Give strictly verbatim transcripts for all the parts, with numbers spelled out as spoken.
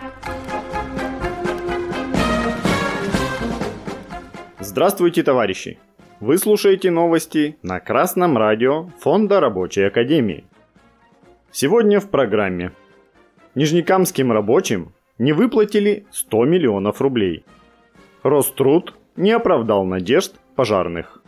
Здравствуйте, товарищи! Вы слушаете новости на Красном радио Фонда Рабочей Академии. Сегодня в программе. Нижнекамским рабочим не выплатили сто миллионов рублей. Роструд не оправдал надежд пожарных.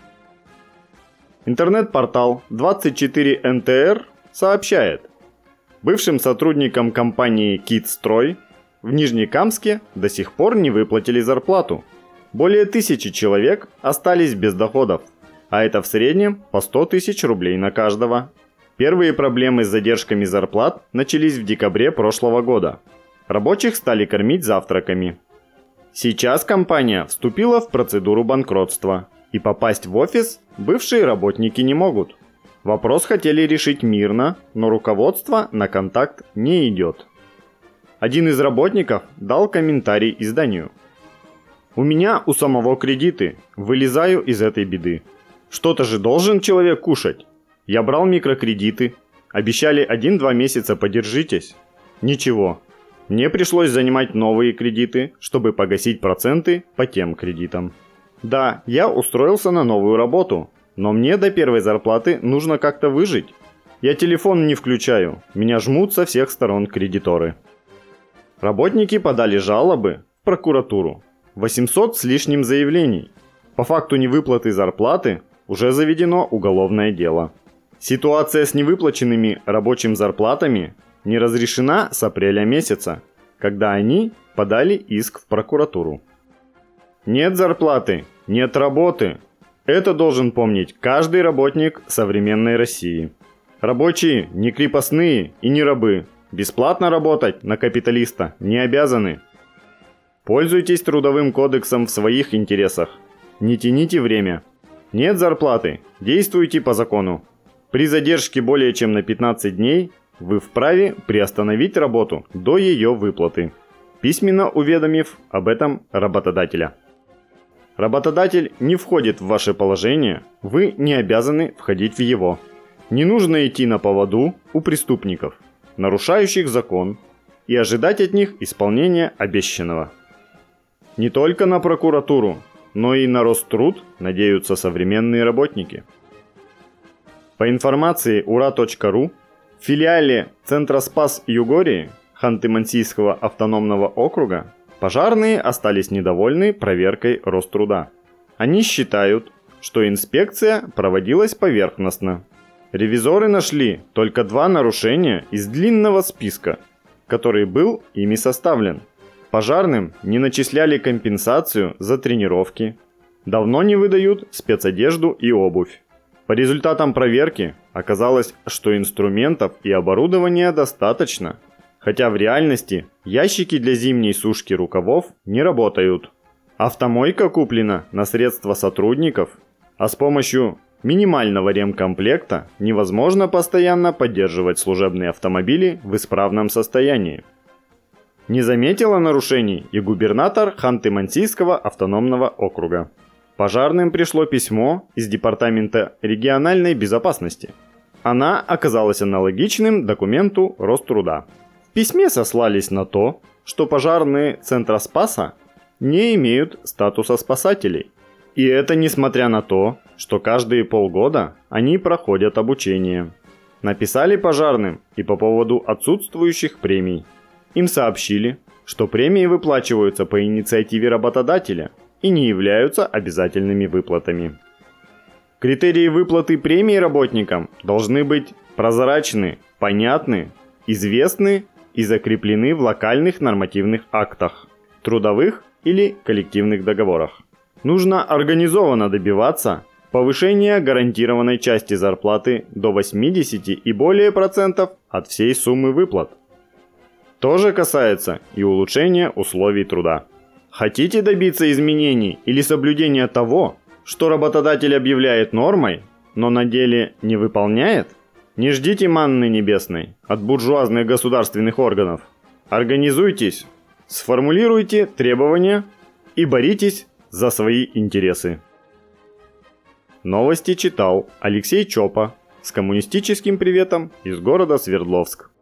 Интернет-портал двадцать четыре эн тэ эр сообщает, бывшим сотрудникам компании «Китстрой» в Нижнекамске до сих пор не выплатили зарплату. Более тысячи человек остались без доходов, а это в среднем по сто тысяч рублей на каждого. Первые проблемы с задержками зарплат начались в декабре прошлого года. Рабочих стали кормить завтраками. Сейчас компания вступила в процедуру банкротства, и попасть в офис бывшие работники не могут. Вопрос хотели решить мирно, но руководство на контакт не идет. Один из работников дал комментарий изданию. «У меня у самого кредиты, вылезаю из этой беды. Что-то же должен человек кушать. Я брал микрокредиты, обещали один-два месяца подержитесь. Ничего, мне пришлось занимать новые кредиты, чтобы погасить проценты по тем кредитам. Да, я устроился на новую работу, но мне до первой зарплаты нужно как-то выжить. Я телефон не включаю, меня жмут со всех сторон кредиторы». Работники подали жалобы в прокуратуру. восемьсот с лишним заявлений. По факту невыплаты зарплаты уже заведено уголовное дело. Ситуация с невыплаченными рабочим зарплатами не разрешена с апреля месяца, когда они подали иск в прокуратуру. Нет зарплаты, нет работы. Это должен помнить каждый работник современной России. Рабочие не крепостные и не рабы. Бесплатно работать на капиталиста не обязаны. Пользуйтесь трудовым кодексом в своих интересах. Не тяните время. Нет зарплаты, действуйте по закону. При задержке более чем на пятнадцать дней вы вправе приостановить работу до ее выплаты, письменно уведомив об этом работодателя. Работодатель не входит в ваше положение, вы не обязаны входить в его. Не нужно идти на поводу у преступников, нарушающих закон, и ожидать от них исполнения обещанного. Не только на прокуратуру, но и на Роструд надеются современные работники. По информации ура точка ру, в филиале Центра Спас Югории Ханты-Мансийского автономного округа пожарные остались недовольны проверкой Роструда. Они считают, что инспекция проводилась поверхностно. Ревизоры нашли только два нарушения из длинного списка, который был ими составлен. Пожарным не начисляли компенсацию за тренировки. Давно не выдают спецодежду и обувь. По результатам проверки оказалось, что инструментов и оборудования достаточно, хотя в реальности ящики для зимней сушки рукавов не работают. Автомойка куплена на средства сотрудников, а с помощью минимального ремкомплекта невозможно постоянно поддерживать служебные автомобили в исправном состоянии. Не заметила нарушений и губернатор Ханты-Мансийского автономного округа. Пожарным пришло письмо из Департамента региональной безопасности. Она оказалась аналогичным документу Роструда. В письме сослались на то, что пожарные Центра Спаса не имеют статуса спасателей. И это несмотря на то, что каждые полгода они проходят обучение. Написали пожарным и по поводу отсутствующих премий. Им сообщили, что премии выплачиваются по инициативе работодателя и не являются обязательными выплатами. Критерии выплаты премий работникам должны быть прозрачны, понятны, известны и закреплены в локальных нормативных актах, трудовых или коллективных договорах. Нужно организованно добиваться повышения гарантированной части зарплаты до восемьдесят и более процентов от всей суммы выплат. То же касается и улучшения условий труда. Хотите добиться изменений или соблюдения того, что работодатель объявляет нормой, но на деле не выполняет? Не ждите манны небесной от буржуазных государственных органов. Организуйтесь, сформулируйте требования и боритесь за свои интересы. Новости читал Алексей Чопа с коммунистическим приветом из города Свердловск.